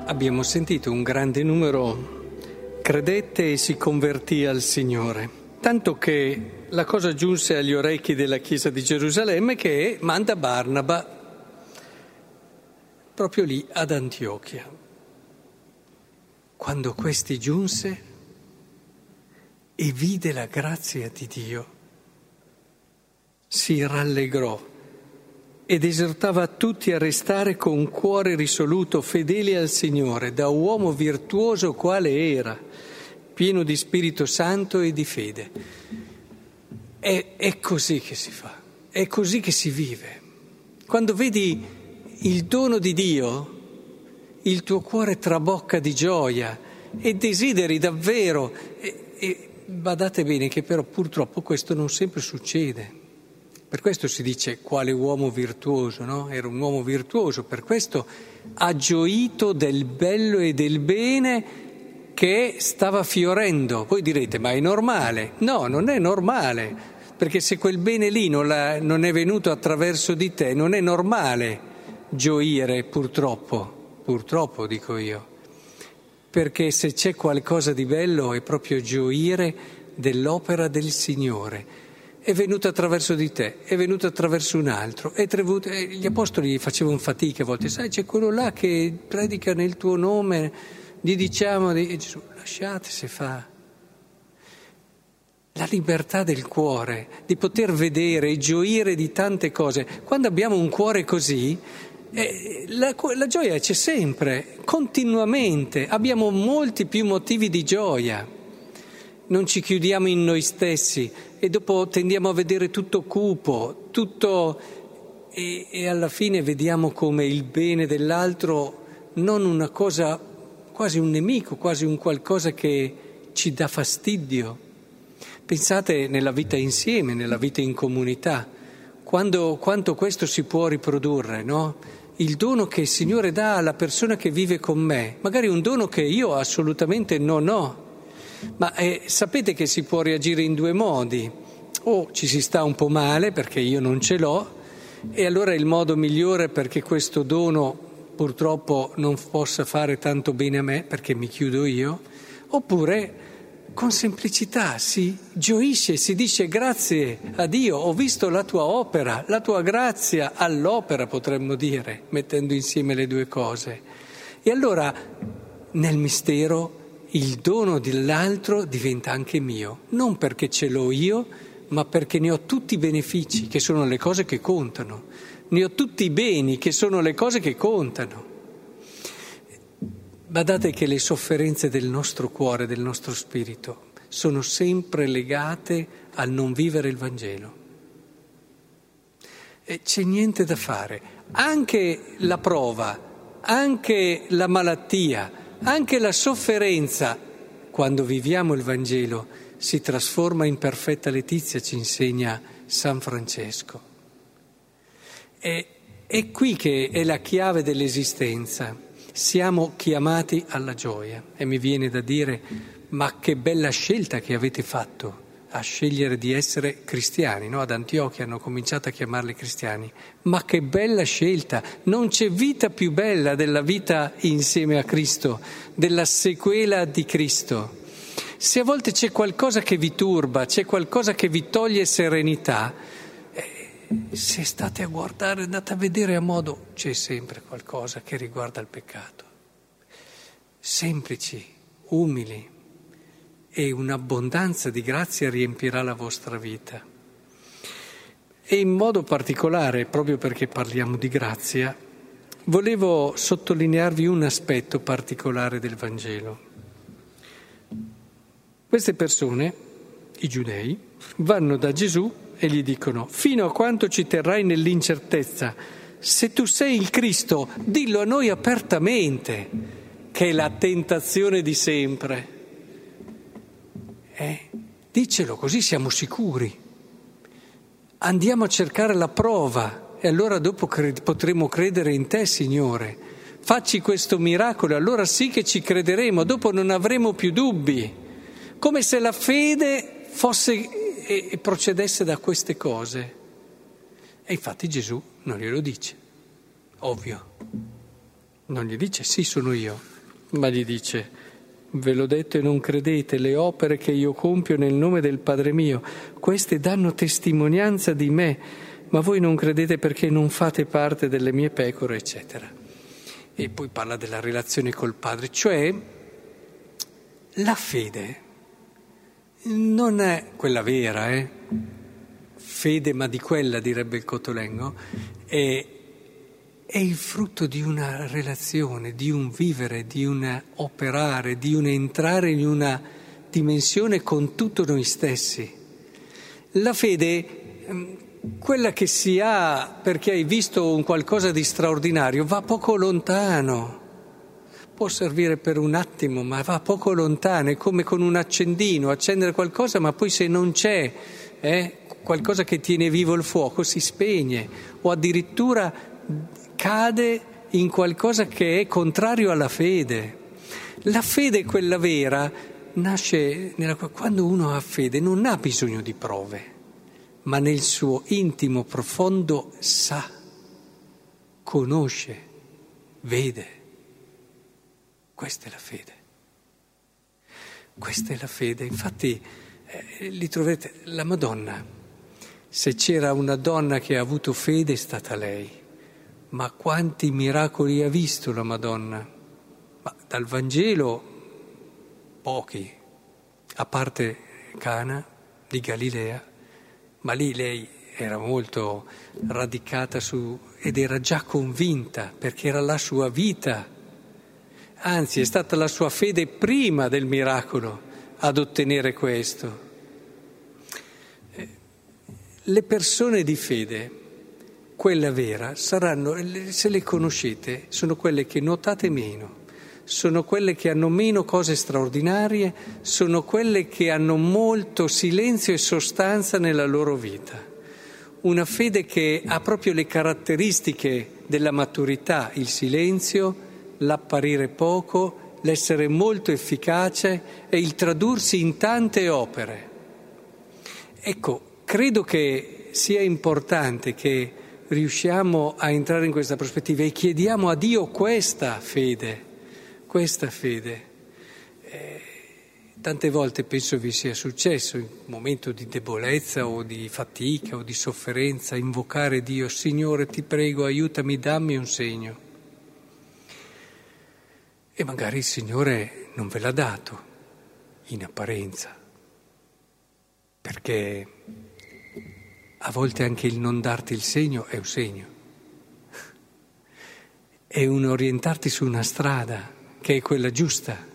Abbiamo sentito un grande numero credette e si convertì al Signore, tanto che la cosa giunse agli orecchi della Chiesa di Gerusalemme che manda Barnaba proprio lì ad Antiochia. Quando questi giunse e vide la grazia di Dio, si rallegrò ed esortava tutti a restare con cuore risoluto, fedeli al Signore, da uomo virtuoso quale era, pieno di Spirito Santo e di fede. È così che si fa, è così che si vive. Quando vedi il dono di Dio, il tuo cuore trabocca di gioia e desideri davvero. E badate bene che però purtroppo questo non sempre succede. Per questo si dice quale uomo virtuoso, no? Era un uomo virtuoso, per questo ha gioito del bello e del bene che stava fiorendo. Voi direte, ma è normale? No, non è normale, perché se quel bene lì non è venuto attraverso di te, non è normale gioire, purtroppo dico io. Perché se c'è qualcosa di bello è proprio gioire dell'opera del Signore. È venuto attraverso di te, è venuto attraverso un altro. Gli apostoli facevano fatica a volte, sai, c'è quello là che predica nel tuo nome, gli diciamo, e Gesù, lasciate se fa. La libertà del cuore, di poter vedere e gioire di tante cose. Quando abbiamo un cuore così, la gioia c'è sempre, continuamente, abbiamo molti più motivi di gioia. Non ci chiudiamo in noi stessi e dopo tendiamo a vedere tutto cupo, e alla fine vediamo come il bene dell'altro non una cosa, quasi un nemico, quasi un qualcosa che ci dà fastidio. Pensate nella vita insieme, nella vita in comunità, quanto questo si può riprodurre, no? Il dono che il Signore dà alla persona che vive con me, magari un dono che io assolutamente non ho. Ma sapete che si può reagire in due modi: o ci si sta un po' male perché io non ce l'ho, e allora è il modo migliore perché questo dono purtroppo non possa fare tanto bene a me perché mi chiudo io, oppure con semplicità si gioisce, si dice grazie a Dio, ho visto la tua opera, la tua grazia all'opera, potremmo dire, mettendo insieme le due cose. E allora nel mistero il dono dell'altro diventa anche mio, non perché ce l'ho io, ma perché ne ho tutti i benefici, che sono le cose che contano, ne ho tutti i beni, che sono le cose che contano. Badate che le sofferenze del nostro cuore, del nostro spirito, sono sempre legate al non vivere il Vangelo. E c'è niente da fare, anche la prova, anche la malattia, anche la sofferenza, quando viviamo il Vangelo, si trasforma in perfetta letizia, ci insegna San Francesco. È qui che è la chiave dell'esistenza. Siamo chiamati alla gioia. E mi viene da dire, ma che bella scelta che avete fatto a scegliere di essere cristiani, no? Ad Antiochia hanno cominciato a chiamarli cristiani. Ma che bella scelta! Non c'è vita più bella della vita insieme a Cristo, della sequela di Cristo. Se a volte c'è qualcosa che vi turba, c'è qualcosa che vi toglie serenità, se state a guardare, andate a vedere a modo, c'è sempre qualcosa che riguarda il peccato. Semplici, umili, e un'abbondanza di grazia riempirà la vostra vita. E in modo particolare, proprio perché parliamo di grazia, volevo sottolinearvi un aspetto particolare del Vangelo. Queste persone, i giudei, vanno da Gesù e gli dicono: fino a quanto ci terrai nell'incertezza? Se tu sei il Cristo, dillo a noi apertamente, che è la tentazione di sempre. Dicelo, così siamo sicuri. Andiamo a cercare la prova e allora dopo potremo credere in te, Signore. Facci questo miracolo, allora sì che ci crederemo, dopo non avremo più dubbi. Come se la fede fosse e procedesse da queste cose. E infatti Gesù non glielo dice, ovvio. Non gli dice sì, sono io. Ma gli dice: ve l'ho detto e non credete, le opere che io compio nel nome del Padre mio, queste danno testimonianza di me, ma voi non credete perché non fate parte delle mie pecore, eccetera. E poi parla della relazione col Padre, cioè la fede non è quella vera, fede ma di quella, direbbe il Cottolengo, è il frutto di una relazione, di un vivere, di un operare, di un entrare in una dimensione con tutto noi stessi. La fede, quella che si ha perché hai visto un qualcosa di straordinario, va poco lontano. Può servire per un attimo, ma va poco lontano. È come con un accendino, accendere qualcosa, ma poi se non c'è qualcosa che tiene vivo il fuoco, si spegne o addirittura cade in qualcosa che è contrario alla fede. La fede, quella vera, nasce quando uno ha fede, non ha bisogno di prove, ma nel suo intimo profondo sa, conosce, vede. Questa è la fede. Questa è la fede. Infatti, li troverete, la Madonna. Se c'era una donna che ha avuto fede è stata lei. Ma quanti miracoli ha visto la Madonna? Ma dal Vangelo pochi, a parte Cana di Galilea, ma lì lei era molto radicata ed era già convinta perché era la sua vita. Anzi, è stata la sua fede prima del miracolo ad ottenere questo. Le persone di fede, quella vera, saranno, se le conoscete, sono quelle che notate meno, sono quelle che hanno meno cose straordinarie, sono quelle che hanno molto silenzio e sostanza nella loro vita. Una fede che ha proprio le caratteristiche della maturità, il silenzio, l'apparire poco, l'essere molto efficace e il tradursi in tante opere. Ecco, credo che sia importante che riusciamo a entrare in questa prospettiva e chiediamo a Dio questa fede. Tante volte penso vi sia successo, in un momento di debolezza o di fatica o di sofferenza, invocare Dio: Signore, ti prego, aiutami, dammi un segno. E magari il Signore non ve l'ha dato, in apparenza, perché a volte anche il non darti il segno è un segno. È un orientarti su una strada che è quella giusta.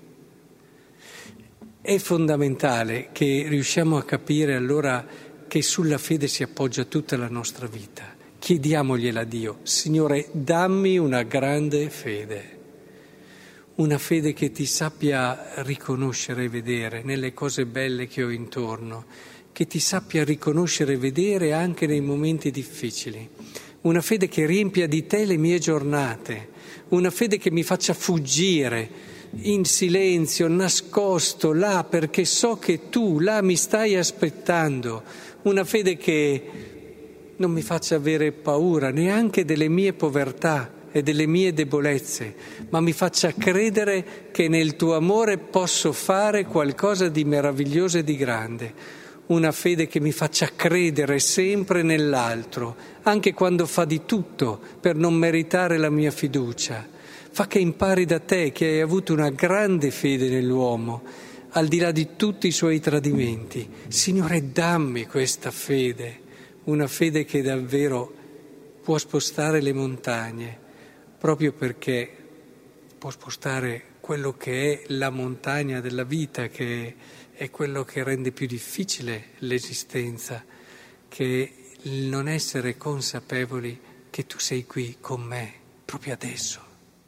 È fondamentale che riusciamo a capire allora che sulla fede si appoggia tutta la nostra vita. Chiediamogliela a Dio: Signore, dammi una grande fede. Una fede che ti sappia riconoscere e vedere nelle cose belle che ho intorno, che ti sappia riconoscere e vedere anche nei momenti difficili. Una fede che riempia di te le mie giornate, una fede che mi faccia fuggire in silenzio, nascosto là, perché so che tu là mi stai aspettando. Una fede che non mi faccia avere paura neanche delle mie povertà e delle mie debolezze, ma mi faccia credere che nel tuo amore posso fare qualcosa di meraviglioso e di grande. Una fede che mi faccia credere sempre nell'altro, anche quando fa di tutto per non meritare la mia fiducia. Fa che impari da te, che hai avuto una grande fede nell'uomo, al di là di tutti i suoi tradimenti. Signore, dammi questa fede, una fede che davvero può spostare le montagne, proprio perché può spostare quello che è la montagna della vita, che è quello che rende più difficile l'esistenza, che il non essere consapevoli che tu sei qui con me, proprio adesso.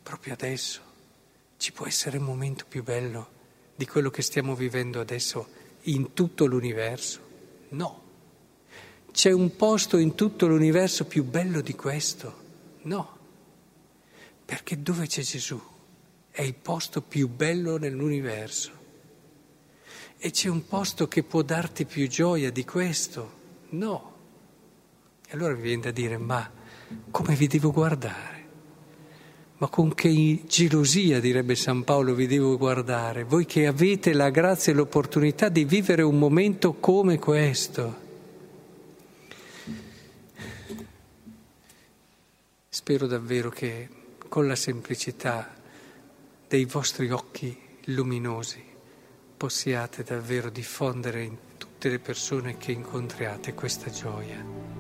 Ci può essere un momento più bello di quello che stiamo vivendo adesso in tutto l'universo? No. C'è un posto in tutto l'universo più bello di questo? No. Perché dove c'è Gesù è il posto più bello nell'universo. E c'è un posto che può darti più gioia di questo? No. E allora mi viene da dire: ma come vi devo guardare? Ma con che gelosia, direbbe San Paolo, vi devo guardare, voi che avete la grazia e l'opportunità di vivere un momento come questo. Spero davvero che con la semplicità dei vostri occhi luminosi possiate davvero diffondere in tutte le persone che incontriate questa gioia.